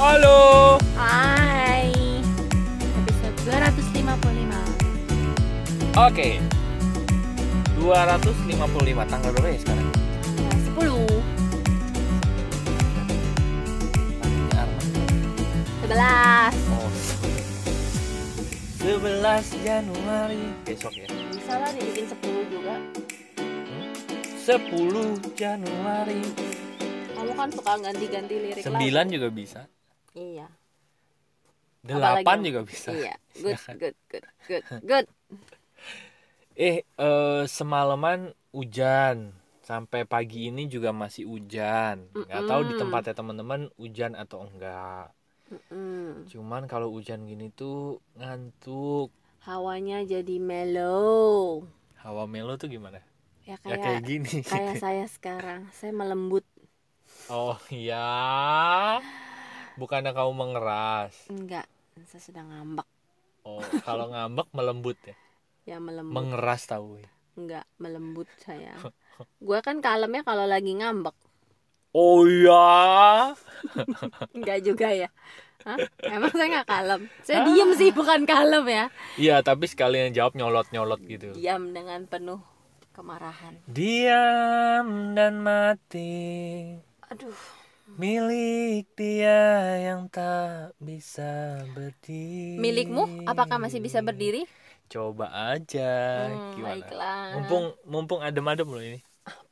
Halo. Hai. Episode 255. Oke. 255 tanggal berapa ya sekarang? 10. Tanggalnya Arman. 11. Oh. 11 Januari besok ya. Bisa lah dibikin 10 juga. 10 Januari. Kamu kan suka ganti-ganti lirik 9 lagu. juga bisa. Iya. 8 Apalagi juga bisa. Iya. Good. Semalaman hujan. Sampai pagi ini juga masih hujan. Nggak tahu di tempatnya teman-teman hujan atau enggak. Cuman kalau hujan gini tuh ngantuk. Hawanya jadi mellow. Hawa melo tuh gimana? Ya Ya kayak kayak gini. kayak saya sekarang. Saya melembut. Oh iya. Bukannya kamu mengeras. Enggak. Saya sedang ngambek. Oh, kalau ngambek melembut ya. Ya melembut. Mengeras tahu ya. Enggak, melembut saya. Gua kan kalemnya kalau lagi ngambek. Oh iya. Enggak juga ya. Hah? Emang saya nggak kalem. Saya diem sih, bukan kalem ya. Iya, tapi sekalian jawab nyolot-nyolot gitu. Diam dengan penuh kemarahan. Diam dan mati. Aduh. Milik dia yang tak bisa berdiri. Milikmu apakah masih bisa berdiri? Coba aja. Gimana? Baiklah. Mumpung adem-adem loh ini.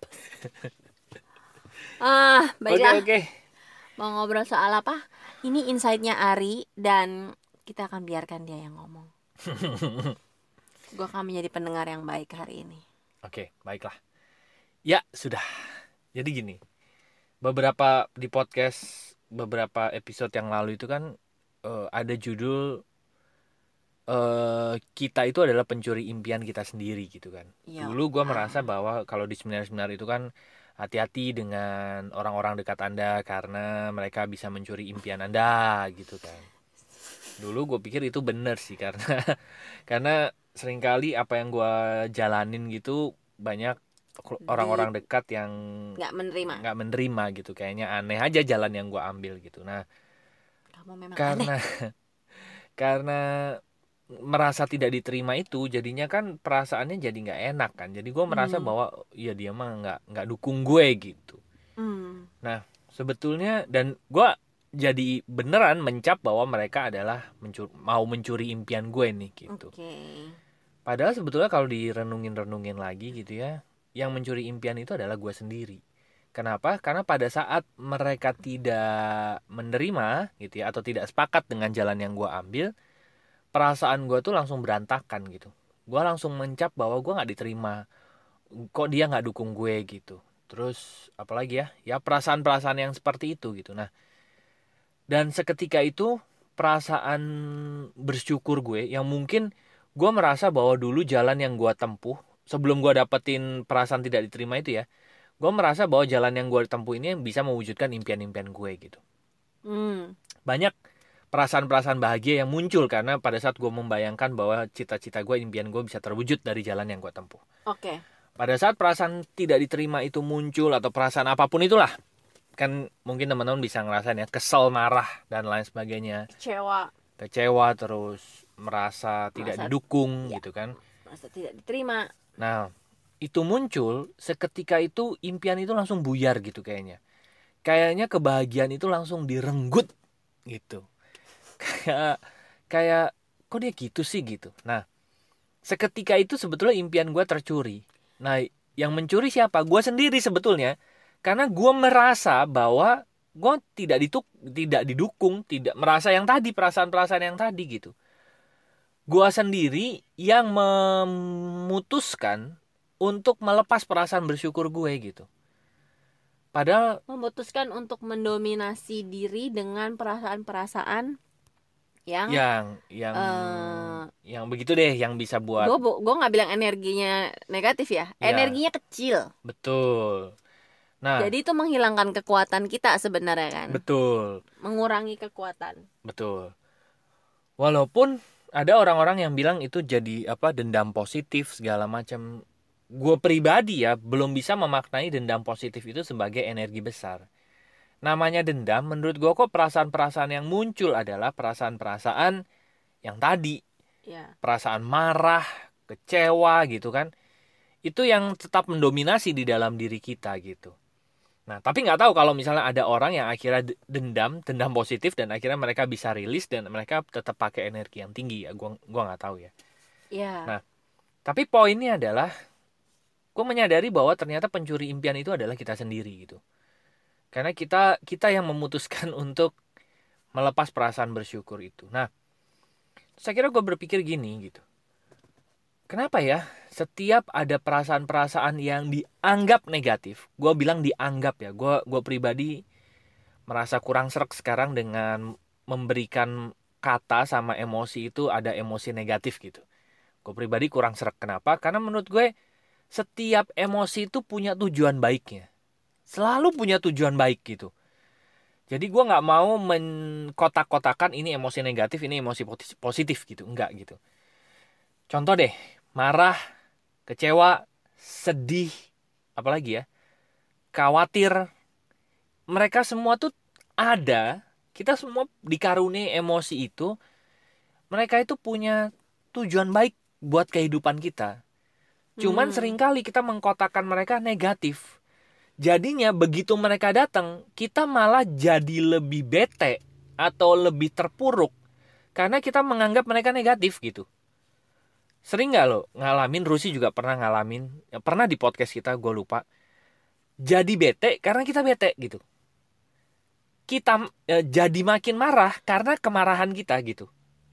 Baiklah. Oke. Mau ngobrol soal apa? Ini insight-nya Ari dan kita akan biarkan dia yang ngomong. Gue akan menjadi pendengar yang baik hari ini. Oke, baiklah. Ya, sudah. Jadi gini. Beberapa di podcast beberapa episode yang lalu itu kan ada judul kita itu adalah pencuri impian kita sendiri gitu kan. Ya. Dulu gue merasa bahwa kalau di seminar-seminar itu kan hati-hati dengan orang-orang dekat Anda karena mereka bisa mencuri impian Anda gitu kan. Dulu gue pikir itu benar sih karena seringkali apa yang gue jalanin gitu banyak orang-orang dekat yang nggak menerima gitu, kayaknya aneh aja jalan yang gue ambil gitu. Nah, kamu memang karena aneh. karena merasa tidak diterima itu jadinya kan perasaannya jadi nggak enak kan. Jadi gue merasa bahwa ya dia mah nggak dukung gue gitu. Nah, sebetulnya dan gue jadi beneran mencap bahwa mereka adalah mau mencuri impian gue nih gitu. Padahal sebetulnya kalau direnungin lagi gitu ya, yang mencuri impian itu adalah gue sendiri. Kenapa? Karena pada saat mereka tidak menerima gitu ya, atau tidak sepakat dengan jalan yang gue ambil, perasaan gue tuh langsung berantakan gitu. Gue langsung mencap bahwa gue gak diterima. Kok dia gak dukung gue gitu. Terus apalagi ya? Ya perasaan-perasaan yang seperti itu gitu. Nah, dan seketika itu perasaan bersyukur gue yang mungkin gue merasa bahwa dulu jalan yang gue tempuh sebelum gue dapetin perasaan tidak diterima itu ya, gue merasa bahwa jalan yang gue tempuh ini bisa mewujudkan impian-impian gue gitu. Banyak perasaan-perasaan bahagia yang muncul karena pada saat gue membayangkan bahwa cita-cita gue, impian gue bisa terwujud dari jalan yang gue tempuh. Pada saat perasaan tidak diterima itu muncul atau perasaan apapun itulah, kan mungkin teman-teman bisa ngerasain ya, kesel, marah dan lain sebagainya, kecewa terus merasa tidak didukung ya, gitu kan, merasa tidak diterima. Nah, itu muncul seketika itu impian itu langsung buyar gitu kayaknya kebahagiaan itu langsung direnggut gitu, kayak kok dia gitu sih gitu. Nah, seketika itu sebetulnya impian gue tercuri. Nah, yang mencuri siapa? Gue sendiri sebetulnya, karena gue merasa bahwa gue tidak didukung, tidak merasa yang tadi, perasaan-perasaan yang tadi gitu. Gue sendiri yang memutuskan untuk melepas perasaan bersyukur gue gitu. Padahal memutuskan untuk mendominasi diri dengan perasaan-perasaan yang begitu deh, yang bisa buat gue nggak bilang energinya negatif ya, energinya kecil. Betul. Nah, jadi itu menghilangkan kekuatan kita sebenarnya kan. Betul. Mengurangi kekuatan. Betul. Walaupun ada orang-orang yang bilang itu jadi dendam positif segala macam. Gue pribadi ya belum bisa memaknai dendam positif itu sebagai energi besar. namanya dendam, menurut gue kok perasaan-perasaan yang muncul adalah perasaan-perasaan yang tadi. Ya. Perasaan marah, kecewa gitu kan. Itu yang tetap mendominasi di dalam diri kita gitu. Nah, tapi nggak tahu kalau misalnya ada orang yang akhirnya dendam positif dan akhirnya mereka bisa rilis dan mereka tetap pakai energi yang tinggi ya. Gua nggak tahu ya. Ya. Nah, tapi poinnya adalah gue menyadari bahwa ternyata pencuri impian itu adalah kita sendiri gitu. Karena kita yang memutuskan untuk melepas perasaan bersyukur itu. Nah, saya kira gue berpikir gini gitu. Kenapa ya setiap ada perasaan-perasaan yang dianggap negatif, gue bilang dianggap ya, gue pribadi merasa kurang sreg sekarang dengan memberikan kata sama emosi itu ada emosi negatif gitu. Gue pribadi kurang sreg. Kenapa? Karena menurut gue setiap emosi itu punya tujuan baiknya. Selalu punya tujuan baik gitu. Jadi gue nggak mau mengkotak-kotakan ini emosi negatif, ini emosi positif gitu. Enggak gitu. Contoh deh, marah, kecewa, sedih, apalagi ya, khawatir. Mereka semua tuh ada. Kita semua dikaruniai emosi itu. Mereka itu punya tujuan baik buat kehidupan kita. Cuman seringkali kita mengkotakkan mereka negatif. Jadinya begitu mereka datang, kita malah jadi lebih bete atau lebih terpuruk karena kita menganggap mereka negatif gitu. Sering nggak lo ngalamin? Rusi juga pernah ngalamin. Ya, pernah di podcast kita, gue lupa. Jadi bete karena kita bete gitu. Kita jadi makin marah karena kemarahan kita gitu.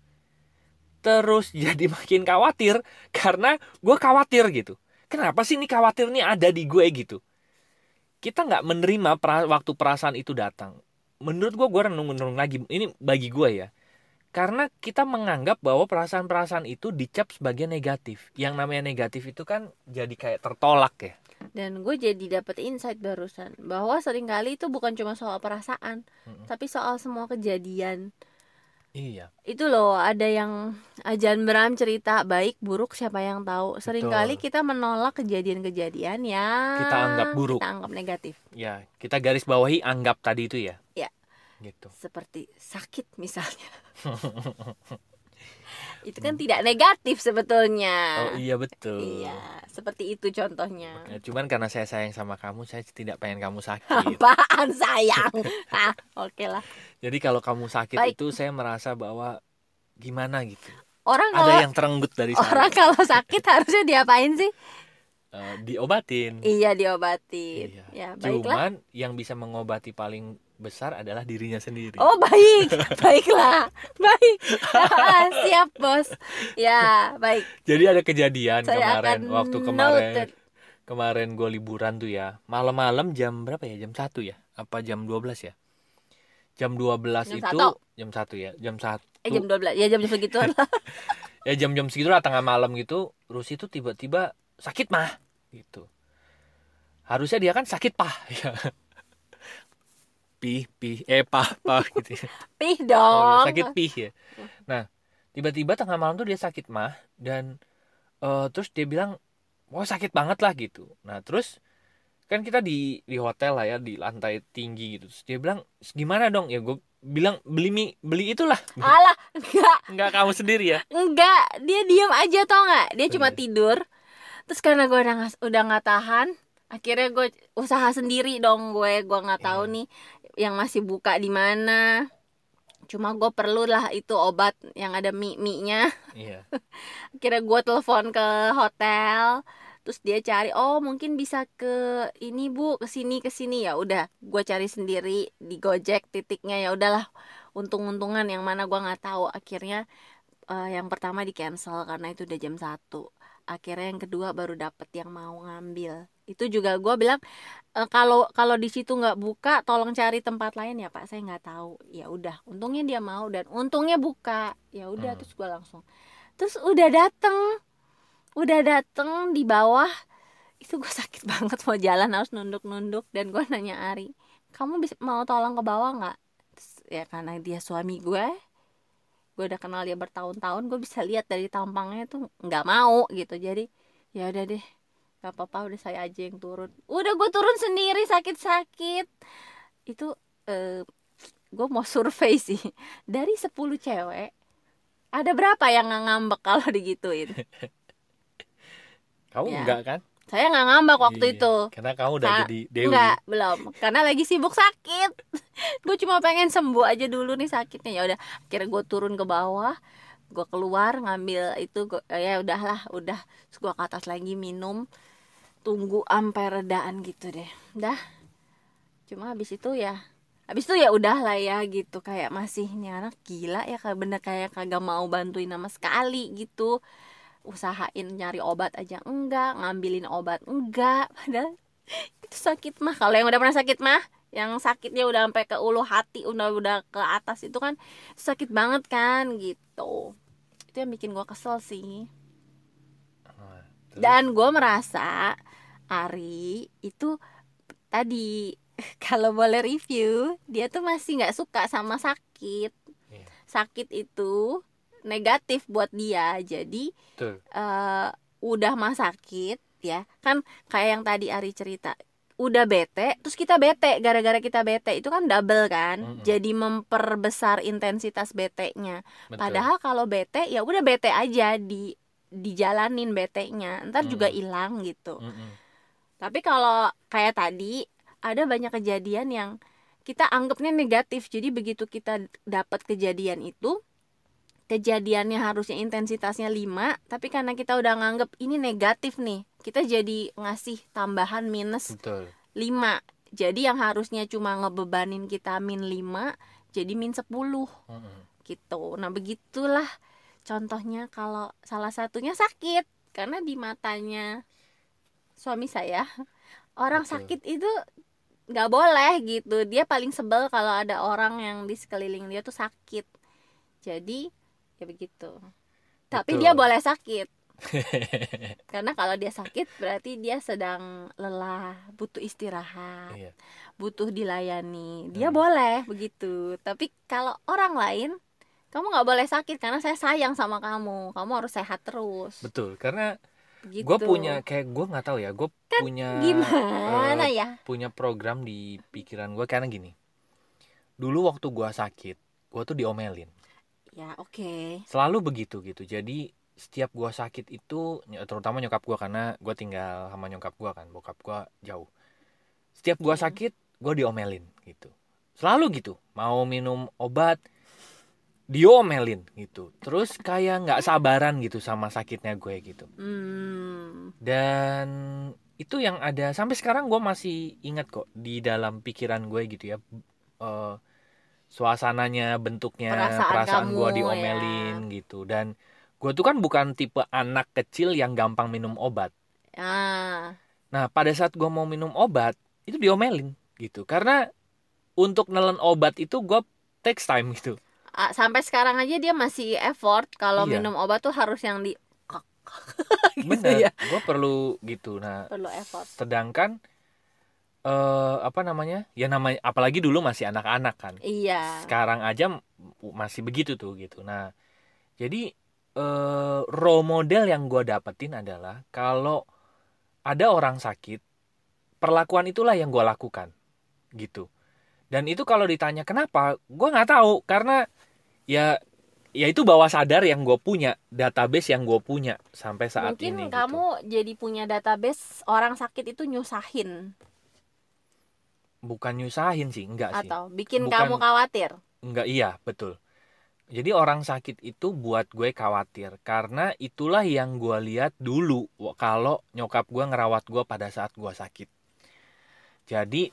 Terus jadi makin khawatir karena gue khawatir gitu. Kenapa sih ini khawatir nih ada di gue gitu? Kita nggak menerima waktu perasaan itu datang. Menurut gue renung-renung lagi. Ini bagi gue ya. Karena kita menganggap bahwa perasaan-perasaan itu dicap sebagai negatif. Yang namanya negatif itu kan jadi kayak tertolak ya. Dan gue jadi dapet insight barusan bahwa seringkali itu bukan cuma soal perasaan, tapi soal semua kejadian. Iya. Itu loh, ada yang Ajan Bram cerita baik buruk siapa yang tahu. Seringkali kita menolak kejadian-kejadian yang kita anggap buruk, kita anggap negatif. Ya, kita garis bawahi anggap tadi itu ya. Ya. Gitu. Seperti sakit misalnya. Itu kan tidak negatif sebetulnya. Oh iya betul. Iya, seperti itu contohnya. Ya, cuman karena saya sayang sama kamu, saya tidak pengen kamu sakit. Apaan sayang? Oke lah. Jadi kalau kamu sakit Baik. itu saya merasa bahwa gimana gitu. Orang ada kalau, yang terenggut dari saya. Orang kalau sakit harusnya diapain sih? Diobatin. Iya, diobatin. Iya. Ya, baiklah. Cuman yang bisa mengobati paling besar adalah dirinya sendiri. Oh baik, baiklah, baik. Siap bos. Ya baik. Jadi ada kejadian Saya kemarin gue liburan tuh ya, malam-malam jam berapa ya, jam 1 ya, apa jam 12 ya, jam 12 jam itu 1. Jam 1 ya, jam 1 jam 12 ya, jam segituan lah. Ya jam-jam segitu lah, tengah malam gitu, Rusi tuh tiba-tiba sakit mah gitu. Harusnya dia kan sakit pah ya. Pah gitu ya. Pih dong. Sakit pih ya. Nah, tiba-tiba tengah malam tuh dia sakit mah dan terus dia bilang, wah sakit banget lah gitu. Nah terus kan kita di hotel lah ya, di lantai tinggi gitu. Terus dia bilang, gimana dong? Ya gue bilang beli itulah. Alah, enggak kamu sendiri ya? Enggak, dia diam aja tau nggak? Dia cuma tidur. Terus karena gue udah nggak tahan, akhirnya gue usaha sendiri dong. Gue nggak tahu nih yang masih buka di mana. Cuma gue perlu lah itu obat yang ada mie-nya. Iya. Akhirnya gue telepon ke hotel. Terus dia cari, oh mungkin bisa ke ini bu, kesini. Ya udah, gue cari sendiri di Gojek titiknya. Ya udahlah, untung-untungan yang mana gue nggak tahu. Akhirnya yang pertama di cancel karena itu udah jam 1. Akhirnya yang kedua baru dapet yang mau ngambil. Itu juga gue bilang, kalau di situ nggak buka, tolong cari tempat lain ya pak, saya nggak tahu. Ya udah, untungnya dia mau dan untungnya buka. Ya udah, terus gue langsung, terus udah dateng di bawah. Itu gue sakit banget, mau jalan harus nunduk dan gue nanya Ari, kamu mau tolong ke bawah nggak? Ya karena dia suami gue udah kenal dia bertahun-tahun, gue bisa lihat dari tampangnya tuh nggak mau gitu. Jadi ya udah deh, nggak apa-apa, udah saya aja yang turun. Udah gue turun sendiri sakit-sakit. Itu gue mau survei sih. Dari 10 cewek, ada berapa yang nggak ngambek kalau digituin? Kamu Ya, enggak kan? saya nggak ngambek waktu Iya, itu. karena kamu udah jadi Dewi. Enggak, belum. Karena lagi sibuk sakit. Gue cuma pengen sembuh aja dulu nih sakitnya. Ya udah, akhirnya gue turun ke bawah, gue keluar ngambil itu, ya udahlah, udah. Terus gue ke atas lagi minum, tunggu sampai redaan gitu deh. Dah. Cuma habis itu ya udahlah ya gitu, kayak masih nih anak gila ya, kayak bener kayak kagak mau bantuin sama sekali gitu. Usahain nyari obat aja enggak, ngambilin obat enggak. Padahal itu sakit mah, kalau yang udah pernah sakit mah, yang sakitnya udah sampai ke ulu hati, udah ke atas itu kan sakit banget kan gitu. Itu yang bikin gue kesel sih. Dan gue merasa Ari itu tadi kalau boleh review, dia tuh masih nggak suka sama sakit. Sakit itu negatif buat dia. Jadi udah mah sakit ya kan, kayak yang tadi Ari cerita, udah bete, terus kita bete, gara-gara kita bete itu kan double kan, jadi memperbesar intensitas betenya. Padahal kalau bete ya udah bete aja, dijalanin betenya, ntar juga hilang gitu. Tapi kalau kayak tadi ada banyak kejadian yang kita anggapnya negatif, jadi begitu kita dapat kejadian itu, kejadiannya harusnya intensitasnya 5, tapi karena kita udah nganggep ini negatif nih, kita jadi ngasih tambahan minus 5. Jadi yang harusnya cuma ngebebanin kita min 5, jadi min 10 gitu. Nah begitulah contohnya kalau salah satunya sakit. Karena di matanya suami saya, orang sakit itu gak boleh gitu. Dia paling sebel kalau ada orang yang di sekeliling dia tuh sakit. Jadi ya begitu. Tapi dia boleh sakit. Karena kalau dia sakit berarti dia sedang lelah, butuh istirahat, butuh dilayani. Dia boleh begitu. Tapi kalau orang lain, kamu nggak boleh sakit karena saya sayang sama kamu. Kamu harus sehat terus. Betul, karena gitu. Gue punya, kayak gue nggak tahu ya, gue kan punya gimana ya? Punya program di pikiran gue karena gini. Dulu waktu gue sakit, gue tuh diomelin. Ya oke. Selalu begitu gitu. Jadi setiap gue sakit itu, terutama nyokap gue, karena gue tinggal sama nyokap gue kan, bokap gue jauh. Setiap gue sakit, gue diomelin gitu. Selalu gitu. Mau minum obat, diomelin gitu. Terus kayak nggak sabaran gitu sama sakitnya gue gitu. Dan itu yang ada sampai sekarang, gue masih ingat kok di dalam pikiran gue gitu ya. Suasananya, bentuknya, perasaan gue diomelin ya. Gitu. Dan gue tuh kan bukan tipe anak kecil yang gampang minum obat. Nah pada saat gue mau minum obat, itu diomelin gitu. Karena untuk nelen obat itu gue takes time gitu. Sampai sekarang aja dia masih effort kalau minum obat tuh harus yang di gitu. Bener ya? Gue perlu gitu. Nah perlu effort. Sedangkan apa namanya, ya namanya apalagi dulu masih anak-anak kan. Iya. Sekarang aja masih begitu tuh gitu. Nah jadi role model yang gue dapetin adalah kalau ada orang sakit, perlakuan itulah yang gue lakukan gitu. Dan itu kalau ditanya kenapa, gue nggak tahu, karena ya itu bawah sadar yang gue punya, database yang gue punya sampai saat mungkin ini. Mungkin kamu gitu. Jadi punya database orang sakit itu nyusahin. Bukan nyusahin sih, enggak sih. Atau bikin kamu khawatir. Enggak, iya betul. Jadi orang sakit itu buat gue khawatir, karena itulah yang gue lihat dulu kalau nyokap gue ngerawat gue pada saat gue sakit. Jadi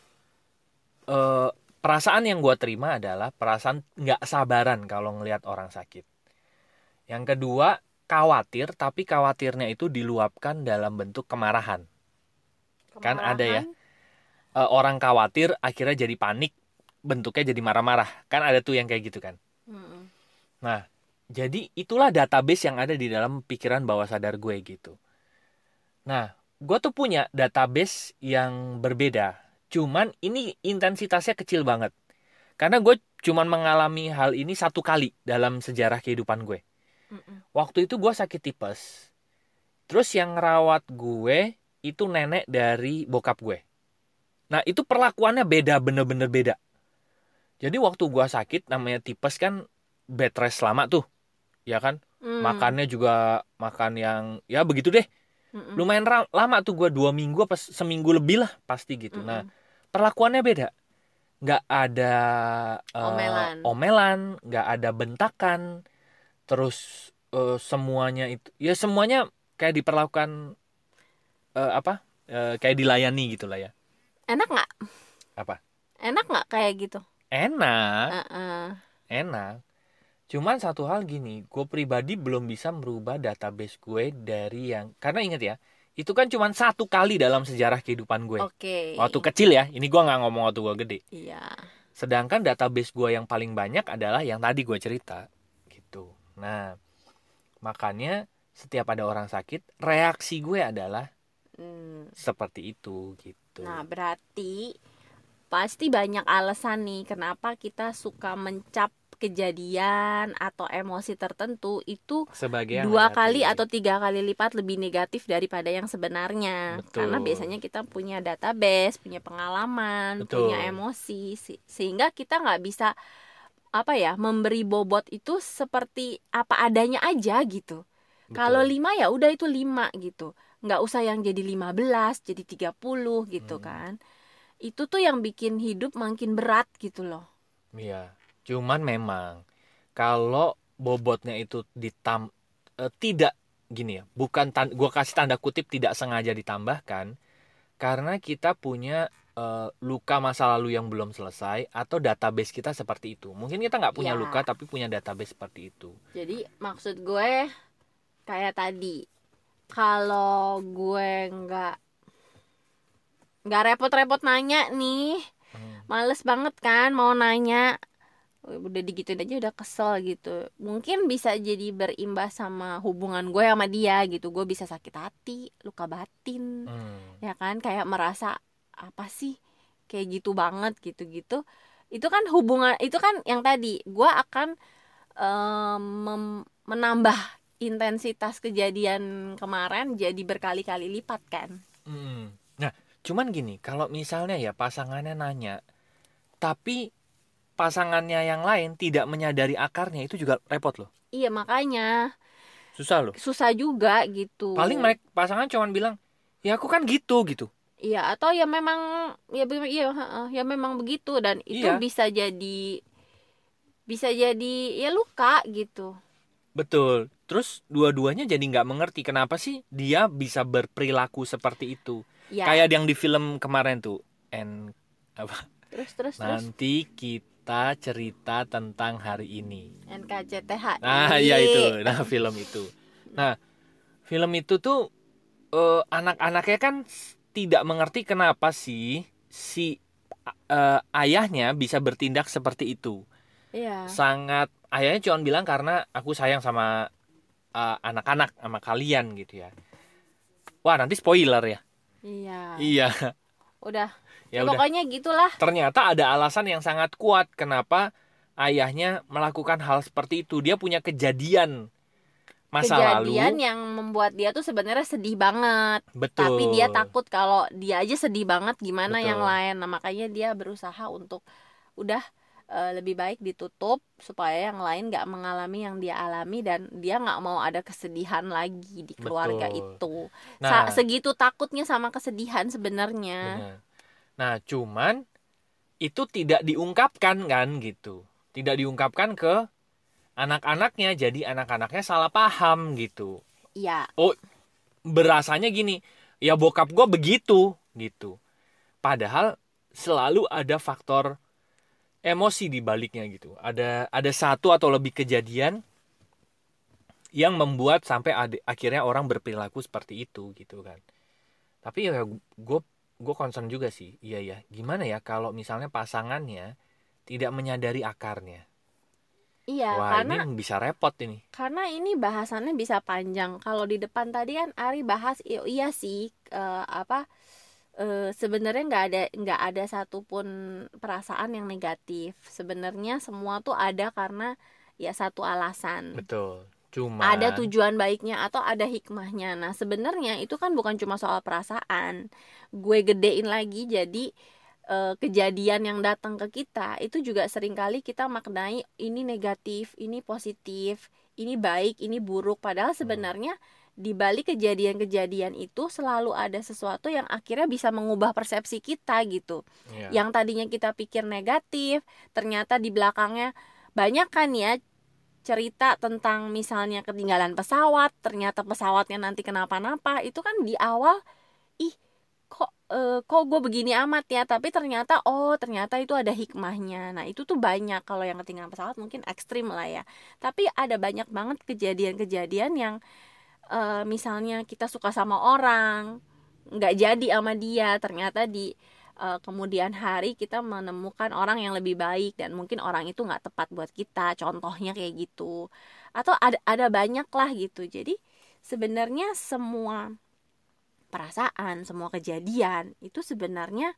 perasaan yang gue terima adalah perasaan nggak sabaran kalau ngelihat orang sakit. Yang kedua, khawatir, tapi khawatirnya itu diluapkan dalam bentuk kemarahan. Kan ada ya, orang khawatir akhirnya jadi panik, bentuknya jadi marah-marah. Kan ada tuh yang kayak gitu kan. Nah, jadi itulah database yang ada di dalam pikiran bawah sadar gue gitu. Nah, gue tuh punya database yang berbeda. Cuman ini intensitasnya kecil banget. Karena gue cuman mengalami hal ini 1 kali dalam sejarah kehidupan gue. Waktu itu gue sakit tipes. Terus yang ngerawat gue itu nenek dari bokap gue. Nah itu perlakuannya beda, bener-bener beda. Jadi waktu gue sakit, namanya tipes kan bed rest lama tuh, ya kan? Makannya juga makan yang ya begitu deh. Lumayan lama tuh gue 2 minggu apa seminggu lebih lah pasti gitu. Nah, perlakuannya beda. Nggak ada omelan, nggak ada bentakan, terus semuanya itu ya semuanya kayak diperlakukan kayak dilayani gitulah ya. Enak nggak? Apa? Enak nggak kayak gitu? Enak, Uh-uh. enak. Cuman satu hal gini, gue pribadi belum bisa merubah database gue dari yang, karena inget ya, itu kan cuma satu kali dalam sejarah kehidupan gue. Oke. Waktu kecil ya, ini gue nggak ngomong waktu gue gede. Iya. Sedangkan database gue yang paling banyak adalah yang tadi gue cerita, gitu. Nah, makanya setiap ada orang sakit, reaksi gue adalah seperti itu, gitu. Nah, berarti pasti banyak alasan nih kenapa kita suka mencap kejadian atau emosi tertentu itu sebagai 2 kali atau 3 kali lipat lebih negatif daripada yang sebenarnya. Betul. Karena biasanya kita punya database, punya pengalaman, Betul. punya emosi, sehingga kita nggak bisa memberi bobot itu seperti apa adanya aja gitu. Kalau 5 ya udah itu 5 gitu. Nggak usah yang jadi 15, jadi 30 gitu kan. Itu tuh yang bikin hidup makin berat gitu loh. Iya. Cuman memang kalau bobotnya itu tidak gini ya, bukan gua kasih tanda kutip tidak sengaja ditambahkan karena kita punya luka masa lalu yang belum selesai atau database kita seperti itu. Mungkin kita nggak punya luka tapi punya database seperti itu. Jadi maksud gue kayak tadi, kalau gue nggak repot-repot nanya nih, males banget kan mau nanya, udah digituin aja udah kesel gitu. Mungkin bisa jadi berimbas sama hubungan gue sama dia gitu. Gue bisa sakit hati, luka batin, ya kan, kayak merasa apa sih kayak gitu banget gitu-gitu. Itu kan hubungan, itu kan yang tadi gue akan menambah intensitas kejadian kemarin jadi berkali-kali lipat kan. Nah, cuman gini, kalau misalnya ya pasangannya nanya, tapi pasangannya yang lain tidak menyadari akarnya, itu juga repot loh. Iya, makanya susah loh. Susah juga gitu. Paling mereka pasangan cuman bilang, ya aku kan gitu. Iya, atau ya memang ya memang begitu, dan itu bisa jadi ya luka gitu. Betul. Terus dua-duanya jadi nggak mengerti kenapa sih dia bisa berperilaku seperti itu. Ya. Kayak yang di film kemarin tuh, Terus. Nanti kita cerita tentang hari ini. NKCTHI. Nah, iya itu. Nah, film itu. Nah, film itu tuh anak-anaknya kan tidak mengerti kenapa sih si ayahnya bisa bertindak seperti itu. Iya. Sangat, ayahnya cuma bilang karena aku sayang sama anak-anak, sama kalian gitu ya. Wah, nanti spoiler ya. Iya. Udah. Ya pokoknya gitulah. Ternyata ada alasan yang sangat kuat kenapa ayahnya melakukan hal seperti itu. Dia punya kejadian masa lalu yang membuat dia tuh sebenarnya sedih banget. Betul. Tapi dia takut kalau dia aja sedih banget, gimana yang lain. Nah, makanya dia berusaha untuk udah lebih baik ditutup supaya yang lain gak mengalami yang dia alami, dan dia gak mau ada kesedihan lagi di keluarga itu. Nah, segitu takutnya sama kesedihan sebenarnya. Nah, cuman itu tidak diungkapkan kan gitu. Tidak diungkapkan ke anak-anaknya, jadi anak-anaknya salah paham gitu. Iya. Oh, berasanya gini, ya bokap gue begitu gitu. Padahal selalu ada faktor emosi di baliknya gitu. Ada satu atau lebih kejadian yang membuat sampai akhirnya orang berperilaku seperti itu gitu kan. Tapi ya gue concern juga sih. Iya ya, gimana ya kalau misalnya pasangannya tidak menyadari akarnya. Iya, wah, karena ini bisa repot ini. Karena ini bahasannya bisa panjang. Kalau di depan tadi kan Ari bahas iya sih sebenarnya nggak ada satupun perasaan yang negatif. Sebenarnya semua tuh ada karena ya satu alasan. Betul. Cuma ada tujuan baiknya atau ada hikmahnya. Nah, sebenarnya itu kan bukan cuma soal perasaan. Gue gedein lagi jadi kejadian yang datang ke kita itu juga seringkali kita maknai ini negatif, ini positif, ini baik, ini buruk. Padahal sebenarnya di balik kejadian-kejadian itu selalu ada sesuatu yang akhirnya bisa mengubah persepsi kita gitu. Yang tadinya kita pikir negatif, ternyata di belakangnya banyak kan ya cerita tentang misalnya ketinggalan pesawat, ternyata pesawatnya nanti kenapa-napa. Itu kan di awal, ih kok gue begini amat ya, tapi ternyata ternyata itu ada hikmahnya. Nah itu tuh banyak. Kalau yang ketinggalan pesawat mungkin ekstrim lah ya, tapi ada banyak banget kejadian-kejadian yang misalnya kita suka sama orang nggak jadi sama dia, ternyata di kemudian hari kita menemukan orang yang lebih baik dan mungkin orang itu nggak tepat buat kita, contohnya kayak gitu. Atau ada banyak lah gitu. Jadi sebenarnya semua perasaan, semua kejadian itu sebenarnya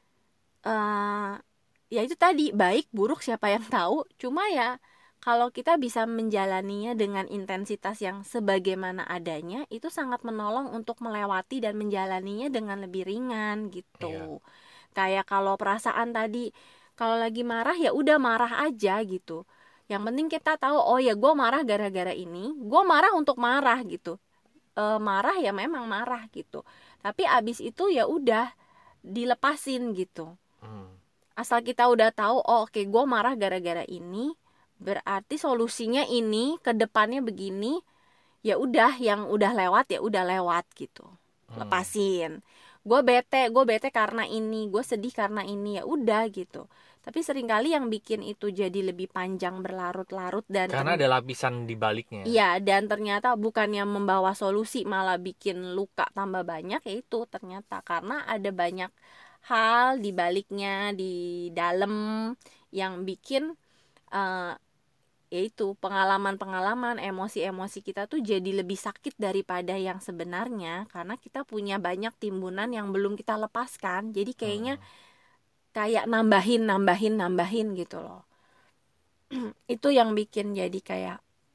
ya itu tadi, baik buruk siapa yang tahu. Cuma ya kalau kita bisa menjalaninya dengan intensitas yang sebagaimana adanya, itu sangat menolong untuk melewati dan menjalaninya dengan lebih ringan gitu. Kayak kalau perasaan tadi, kalau lagi marah ya udah marah aja gitu. Yang penting kita tahu, oh ya gue marah gara-gara ini, gue marah untuk marah gitu. Marah ya memang marah gitu, tapi abis itu ya udah dilepasin gitu. Asal kita udah tahu, oh oke, gue marah gara-gara ini, berarti solusinya ini, ke depannya begini. Ya udah, yang udah lewat ya udah lewat gitu, lepasin. Gue bete karena ini, gue sedih karena ini, ya udah gitu. Tapi seringkali yang bikin itu jadi lebih panjang, berlarut-larut, dan karena ada lapisan di baliknya. Iya, dan ternyata bukannya membawa solusi, malah bikin luka tambah banyak. Ya itu ternyata karena ada banyak hal di baliknya, di dalam, yang bikin yaitu pengalaman-pengalaman, emosi-emosi kita tuh jadi lebih sakit daripada yang sebenarnya, karena kita punya banyak timbunan yang belum kita lepaskan. Jadi kayaknya kayak nambahin gitu loh. Itu yang bikin jadi kayak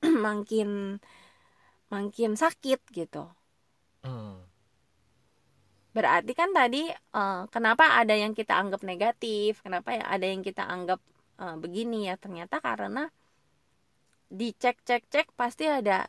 makin sakit gitu. Berarti kan tadi kenapa ada yang kita anggap negatif, kenapa ya ada yang kita anggap begini ya, ternyata karena dicek pasti ada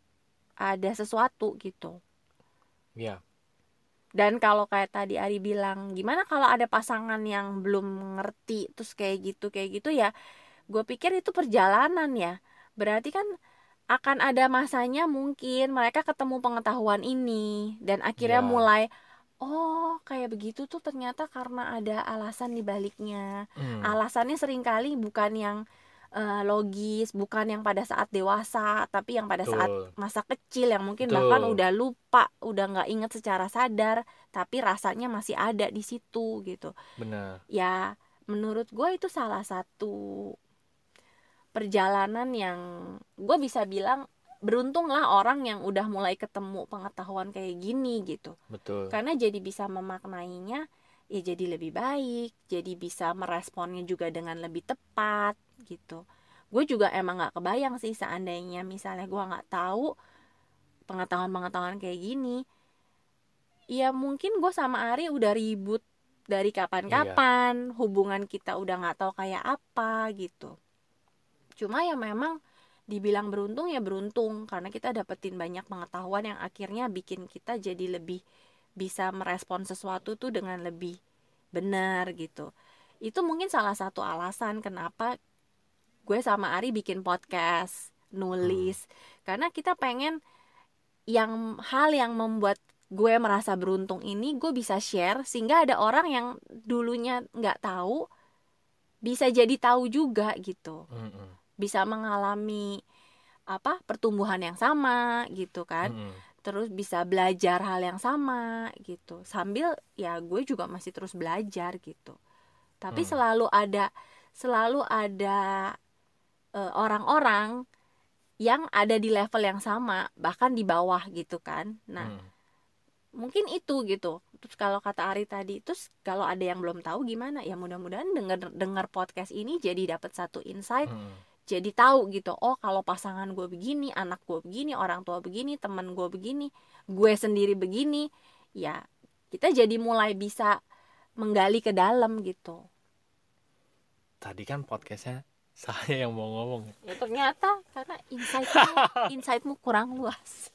sesuatu gitu. Iya. Dan kalau kayak tadi Ari bilang, gimana kalau ada pasangan yang belum ngerti terus kayak gitu ya, gue pikir itu perjalanan ya. Berarti kan akan ada masanya mungkin mereka ketemu pengetahuan ini dan akhirnya mulai, oh kayak begitu tuh ternyata karena ada alasan di baliknya. Alasannya seringkali bukan yang logis, bukan yang pada saat dewasa, tapi yang pada saat masa kecil, yang mungkin bahkan udah lupa, udah nggak inget secara sadar, tapi rasanya masih ada di situ gitu. Benar. Ya menurut gue itu salah satu perjalanan yang gue bisa bilang beruntung lah orang yang udah mulai ketemu pengetahuan kayak gini gitu. Betul. Karena jadi bisa memaknainya ya jadi lebih baik, jadi bisa meresponnya juga dengan lebih tepat gitu. Gue juga emang nggak kebayang sih seandainya misalnya gue nggak tahu pengetahuan kayak gini, ya mungkin gue sama Ari udah ribut dari kapan-kapan. Hubungan kita udah nggak tahu kayak apa gitu. Cuma ya memang dibilang beruntung ya beruntung, karena kita dapetin banyak pengetahuan yang akhirnya bikin kita jadi lebih bisa merespon sesuatu tuh dengan lebih benar gitu. Itu mungkin salah satu alasan kenapa gue sama Ari bikin podcast, nulis, karena kita pengen hal yang membuat gue merasa beruntung ini gue bisa share, sehingga ada orang yang dulunya nggak tahu bisa jadi tahu juga gitu. Bisa mengalami pertumbuhan yang sama gitu kan. Terus bisa belajar hal yang sama gitu, sambil ya gue juga masih terus belajar gitu. Tapi selalu ada orang-orang yang ada di level yang sama, bahkan di bawah gitu kan. Nah mungkin itu gitu. Terus kalau kata Ari tadi, terus kalau ada yang belum tahu gimana, ya mudah-mudahan dengar podcast ini jadi dapat satu insight. Jadi tahu gitu, oh kalau pasangan gue begini, anak gue begini, orang tua begini, teman gue begini, gue sendiri begini, ya kita jadi mulai bisa menggali ke dalam gitu. Tadi kan podcastnya saya yang mau ngomong. Ya ternyata karena insightmu kurang luas.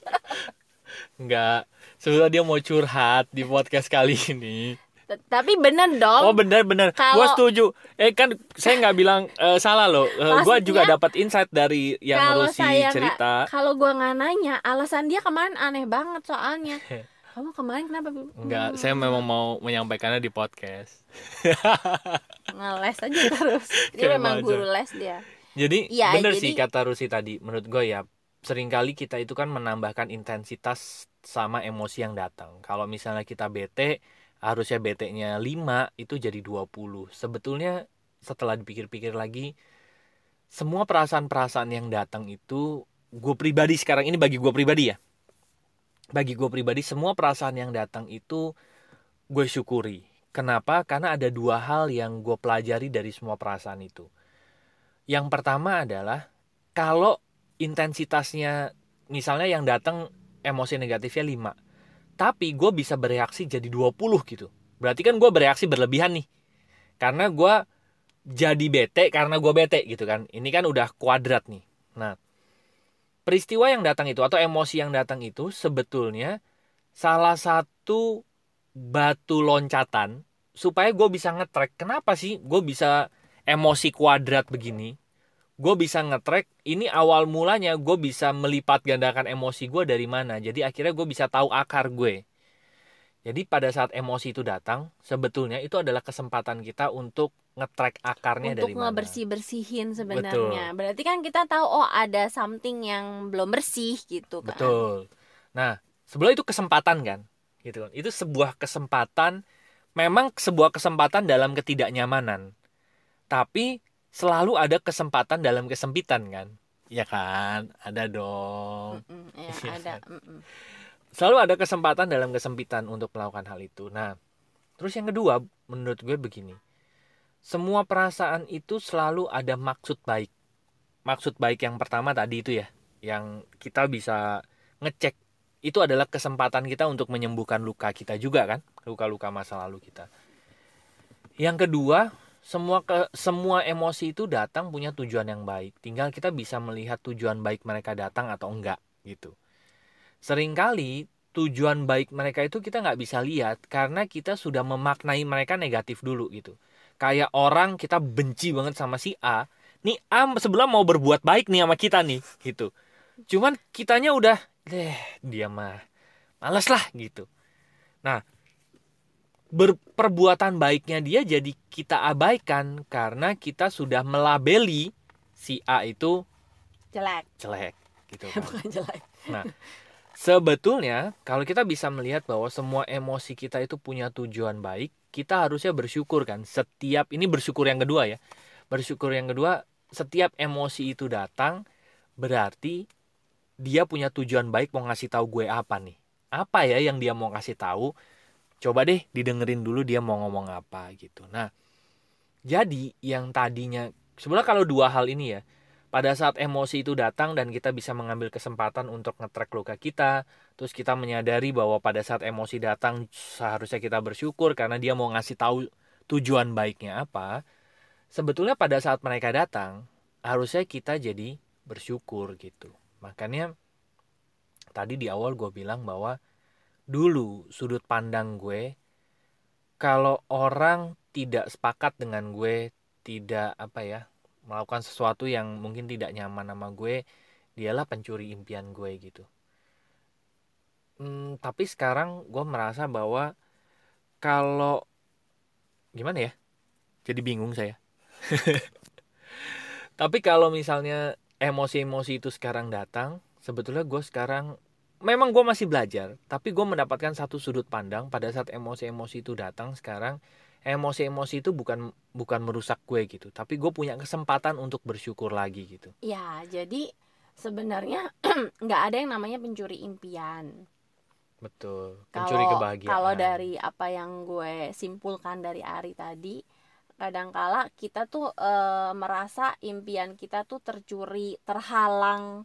Enggak, sebetulnya dia mau curhat di podcast kali ini. Tapi bener dong. Oh bener. Gue setuju. Kan saya nggak bilang salah loh. Gue juga dapat insight dari yang Rusi cerita. Kalau gue nggak nanya, alasan dia kemarin aneh banget soalnya. Kamu kemarin kenapa? Enggak, saya memang mau menyampaikannya di podcast. Ngeles aja terus. Dia memang guru les dia. Jadi ya, bener sih kata Rusi tadi. Menurut gue ya, seringkali kita itu kan menambahkan intensitas sama emosi yang datang. Kalau misalnya kita bete, harusnya bete-nya 5, itu jadi 20. Sebetulnya setelah dipikir-pikir lagi, semua perasaan-perasaan yang datang itu, gue pribadi sekarang ini, bagi gue pribadi ya, bagi gue pribadi semua perasaan yang datang itu gue syukuri. Kenapa? Karena ada 2 hal yang gue pelajari dari semua perasaan itu. Yang pertama adalah kalau intensitasnya misalnya yang datang emosi negatifnya 5, tapi gue bisa bereaksi jadi 20 gitu. Berarti kan gue bereaksi berlebihan nih. Karena gue jadi bete karena gue bete gitu kan. Ini kan udah kuadrat nih. Nah, peristiwa yang datang itu atau emosi yang datang itu sebetulnya salah satu batu loncatan supaya gue bisa nge-track. Kenapa sih gue bisa emosi kuadrat begini? Gue bisa nge-track, ini awal mulanya gue bisa melipat gandakan emosi gue dari mana. Jadi akhirnya gue bisa tahu akar gue. Jadi pada saat emosi itu datang, sebetulnya itu adalah kesempatan kita untuk nge-track akarnya dari mana. Untuk ngebersih-bersihin sebenarnya. Betul. Berarti kan kita tahu ada something yang belum bersih gitu kan. Betul. Nah, sebetulnya itu kesempatan kan. Gitu kan. Itu sebuah kesempatan, memang sebuah kesempatan dalam ketidaknyamanan. Tapi selalu ada kesempatan dalam kesempitan kan. Ya kan? Ada dong. Ya, ada. Selalu ada kesempatan dalam kesempitan untuk melakukan hal itu. Nah, terus yang kedua, menurut gue begini. Semua perasaan itu selalu ada maksud baik. Maksud baik yang pertama tadi itu ya, yang kita bisa ngecek. Itu adalah kesempatan kita untuk menyembuhkan luka kita juga kan. Luka-luka masa lalu kita. Yang kedua, semua emosi itu datang punya tujuan yang baik. Tinggal kita bisa melihat tujuan baik mereka datang atau enggak gitu. Seringkali tujuan baik mereka itu kita nggak bisa lihat karena kita sudah memaknai mereka negatif dulu gitu. Kayak orang kita benci banget sama si A, nih A sebelah mau berbuat baik nih sama kita nih gitu. Cuman kitanya udah dia mah males lah gitu. Nah, perbuatan baiknya dia jadi kita abaikan karena kita sudah melabeli si A itu jelek gitu kan. Bukan jelek. Nah, sebetulnya kalau kita bisa melihat bahwa semua emosi kita itu punya tujuan baik, kita harusnya bersyukur kan. Setiap ini bersyukur yang kedua ya. Bersyukur yang kedua, setiap emosi itu datang berarti dia punya tujuan baik mau ngasih tahu gue apa nih. Apa ya yang dia mau kasih tahu? Coba deh didengerin dulu dia mau ngomong apa gitu. Nah, jadi yang tadinya sebenarnya kalau 2 hal ini ya, pada saat emosi itu datang dan kita bisa mengambil kesempatan untuk nge-track luka kita, terus kita menyadari bahwa pada saat emosi datang seharusnya kita bersyukur karena dia mau ngasih tahu tujuan baiknya apa. Sebetulnya pada saat mereka datang, harusnya kita jadi bersyukur gitu. Makanya tadi di awal gue bilang bahwa dulu sudut pandang gue, kalau orang tidak sepakat dengan gue, tidak melakukan sesuatu yang mungkin tidak nyaman sama gue, dialah pencuri impian gue gitu. Tapi sekarang gue merasa bahwa kalau gimana ya, jadi bingung saya. Tapi kalau misalnya emosi-emosi itu sekarang datang, sebetulnya gue sekarang memang gue masih belajar, tapi gue mendapatkan satu sudut pandang pada saat emosi-emosi itu datang sekarang. Emosi-emosi itu bukan merusak gue gitu, tapi gue punya kesempatan untuk bersyukur lagi gitu. Ya, jadi sebenarnya nggak ada yang namanya pencuri impian. Betul, pencuri kebahagiaan. Kalau dari apa yang gue simpulkan dari Ari tadi, kadangkala kita tuh merasa impian kita tuh tercuri, terhalang,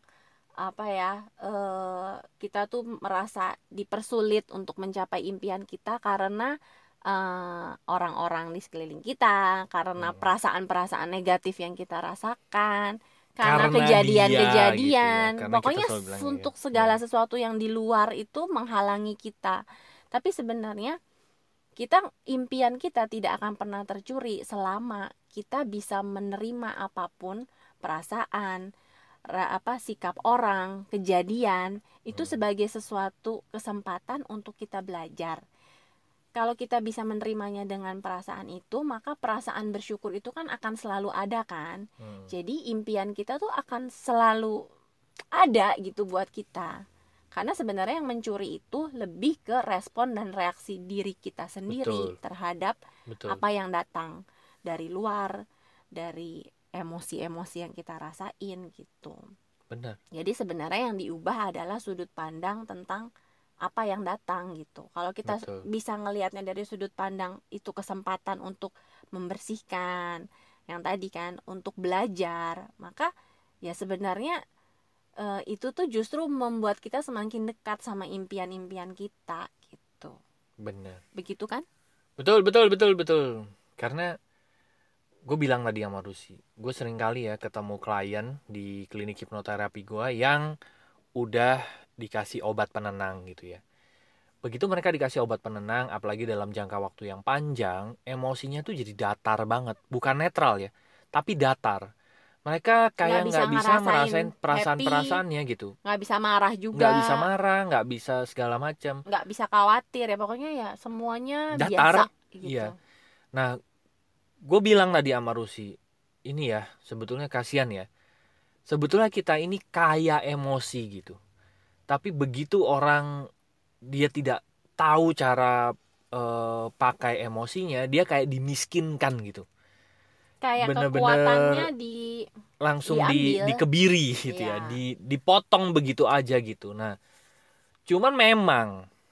kita tuh merasa dipersulit untuk mencapai impian kita karena orang-orang di sekeliling kita, karena perasaan-perasaan negatif yang kita rasakan, karena kejadian-kejadian, gitu ya. Karena kita pokoknya selalu bilang untuk ya. segala sesuatu yang di luar itu menghalangi kita. Tapi sebenarnya impian kita tidak akan pernah tercuri selama kita bisa menerima apapun perasaan, sikap orang, kejadian itu sebagai sesuatu kesempatan untuk kita belajar. Kalau kita bisa menerimanya dengan perasaan itu, maka perasaan bersyukur itu kan akan selalu ada kan. Jadi impian kita tuh akan selalu ada gitu buat kita. Karena sebenarnya yang mencuri itu lebih ke respon dan reaksi diri kita sendiri terhadap apa yang datang dari luar, dari emosi-emosi yang kita rasain gitu. Benar. Jadi sebenarnya yang diubah adalah sudut pandang tentang apa yang datang gitu. Kalau kita bisa ngelihatnya dari sudut pandang itu kesempatan untuk membersihkan, yang tadi kan untuk belajar, maka ya sebenarnya itu tuh justru membuat kita semakin dekat sama impian-impian kita gitu. Benar. Begitu kan? Betul. Karena gue bilang tadi sama Rusi, gue sering kali ya ketemu klien di klinik hipnoterapi gue yang udah dikasih obat penenang gitu ya. Begitu mereka dikasih obat penenang, apalagi dalam jangka waktu yang panjang, emosinya tuh jadi datar banget. Bukan netral ya, tapi datar. Mereka kayak nggak bisa merasain perasaan-perasaannya gitu. Nggak bisa marah juga. Nggak bisa marah, nggak bisa segala macam. Nggak bisa khawatir ya, pokoknya ya semuanya datar, biasa gitu. Iya. Nah, gue bilang tadi sama Rusi, ini ya sebetulnya kasihan ya. Sebetulnya kita ini kaya emosi gitu. Tapi begitu orang dia tidak tahu cara pakai emosinya, dia kayak dimiskinkan gitu. Kayak bener-bener kekuatannya langsung diambil. dikebiri gitu ya, dipotong begitu aja gitu. Nah, cuman memang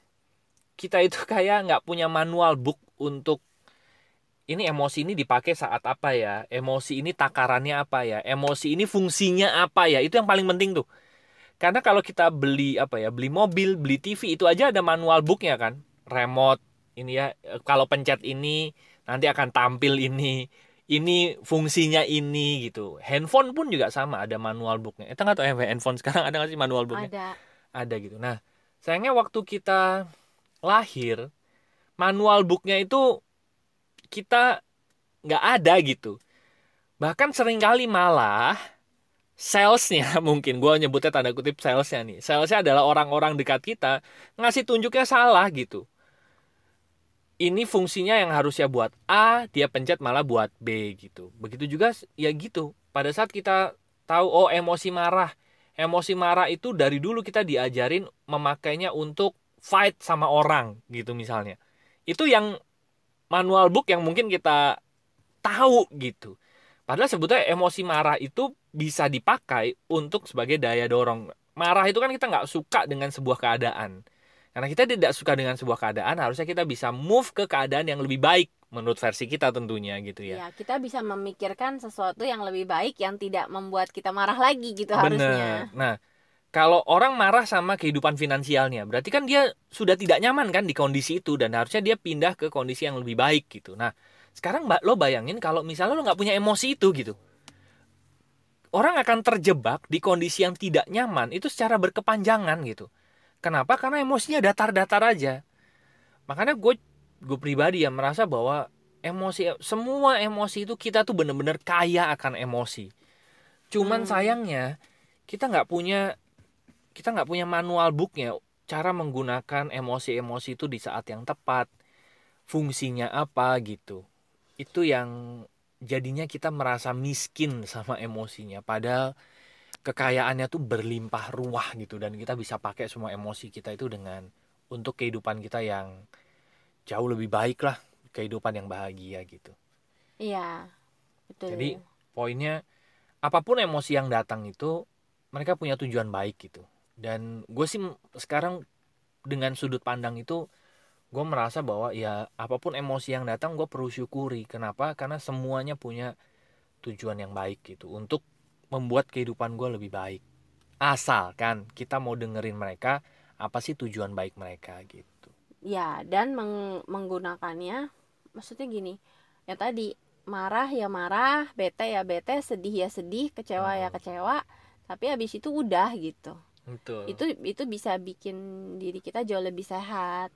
kita itu kayak nggak punya manual book untuk ini emosi ini dipakai saat apa ya, emosi ini takarannya apa ya, emosi ini fungsinya apa ya, itu yang paling penting tuh. Karena kalau kita beli beli mobil, beli TV itu aja ada manual booknya kan, remote ini ya, kalau pencet ini nanti akan tampil ini fungsinya ini gitu. Handphone pun juga sama, ada manual booknya. Itu nggak tahu handphone sekarang ada nggak sih manual booknya? Ada gitu. Nah, sayangnya waktu kita lahir, manual booknya itu kita nggak ada gitu. Bahkan seringkali malah salesnya, mungkin gue nyebutnya tanda kutip salesnya nih, salesnya adalah orang-orang dekat kita ngasih tunjuknya salah gitu. Ini fungsinya yang harusnya buat A, dia pencet malah buat B gitu. Begitu juga ya gitu, pada saat kita tahu emosi marah itu dari dulu kita diajarin memakainya untuk fight sama orang gitu misalnya. Itu yang manual book yang mungkin kita tahu gitu. Padahal sebetulnya emosi marah itu bisa dipakai untuk sebagai daya dorong. Marah itu kan kita nggak suka dengan sebuah keadaan. Karena kita tidak suka dengan sebuah keadaan, harusnya kita bisa move ke keadaan yang lebih baik menurut versi kita tentunya gitu ya. Ya, kita bisa memikirkan sesuatu yang lebih baik yang tidak membuat kita marah lagi gitu. Bener. Harusnya. Nah, kalau orang marah sama kehidupan finansialnya, berarti kan dia sudah tidak nyaman kan di kondisi itu dan harusnya dia pindah ke kondisi yang lebih baik gitu. Nah, sekarang lo bayangin kalau misalnya lo nggak punya emosi itu gitu. Orang akan terjebak di kondisi yang tidak nyaman itu secara berkepanjangan gitu. Kenapa? Karena emosinya datar-datar aja. Makanya gue pribadi ya merasa bahwa semua emosi itu kita tuh bener-bener kaya akan emosi. Cuman sayangnya kita nggak punya manual booknya cara menggunakan emosi-emosi itu di saat yang tepat, fungsinya apa gitu. Itu yang jadinya kita merasa miskin sama emosinya, padahal kekayaannya tuh berlimpah ruah gitu, dan kita bisa pakai semua emosi kita itu untuk kehidupan kita yang jauh lebih baik lah, kehidupan yang bahagia gitu. Iya, betul. Jadi poinnya, apapun emosi yang datang itu mereka punya tujuan baik gitu. Dan gue sih sekarang dengan sudut pandang itu, gue merasa bahwa ya apapun emosi yang datang gue perlu syukuri. Kenapa? Karena semuanya punya tujuan yang baik gitu, untuk membuat kehidupan gue lebih baik. Asalkan kita mau dengerin mereka, apa sih tujuan baik mereka gitu. Ya, dan menggunakannya, maksudnya gini, yang tadi marah ya marah, bete ya bete, sedih ya sedih, kecewa ya kecewa, tapi habis itu udah gitu. Betul. Itu bisa bikin diri kita jauh lebih sehat.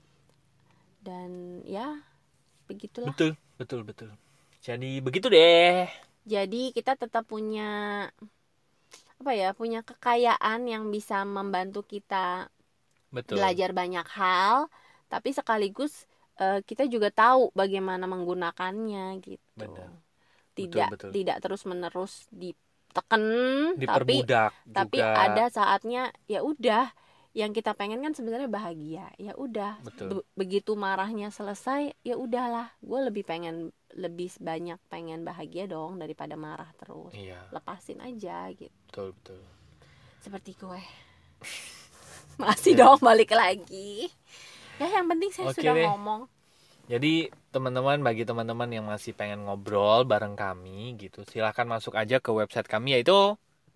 Dan ya begitulah. Betul. Jadi begitu deh. Jadi kita tetap punya punya kekayaan yang bisa membantu kita belajar banyak hal, tapi sekaligus kita juga tahu bagaimana menggunakannya gitu. Benar. Tidak terus-menerus ditekan, diperbudak tapi ada saatnya ya udah, yang kita pengen kan sebenarnya bahagia. Ya udah, begitu marahnya selesai, ya udahlah, gue lebih banyak pengen bahagia dong daripada marah terus. Lepasin aja gitu. Betul. Seperti gue. Masih dong, balik lagi. Ya yang penting saya sudah ngomong. Jadi bagi teman-teman yang masih pengen ngobrol bareng kami gitu, silahkan masuk aja ke website kami, yaitu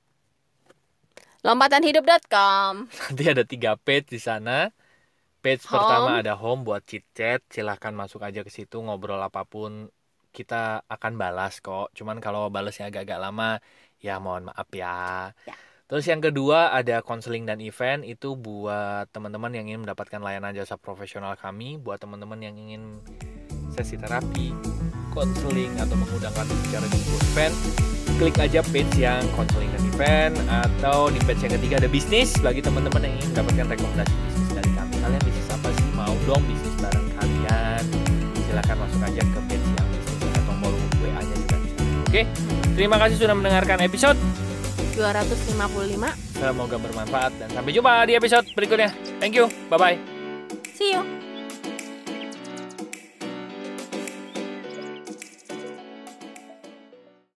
lompatanhidup.com. Nanti ada 3 page di sana. Page pertama ada home buat chit-chat, silahkan masuk aja ke situ, ngobrol apapun kita akan balas kok. Cuman kalau balasnya agak-agak lama, ya mohon maaf ya. Terus yang kedua ada konseling dan event, itu buat teman-teman yang ingin mendapatkan layanan jasa profesional kami, buat teman-teman yang ingin sesi terapi, konseling atau mengundangkan bicara di event, klik aja page yang konseling dan event, atau di page yang ketiga ada bisnis, bagi teman-teman yang ingin mendapatkan rekomendasi bisnis dari kami. Kalian bisnis apa sih? Mau dong bisnis bareng kalian? Silakan masuk aja ke page yang bisnis, ada tombol WA-nya juga di sana. Oke, terima kasih sudah mendengarkan episode 255. Semoga bermanfaat dan sampai jumpa di episode berikutnya. Thank you, bye-bye. See you.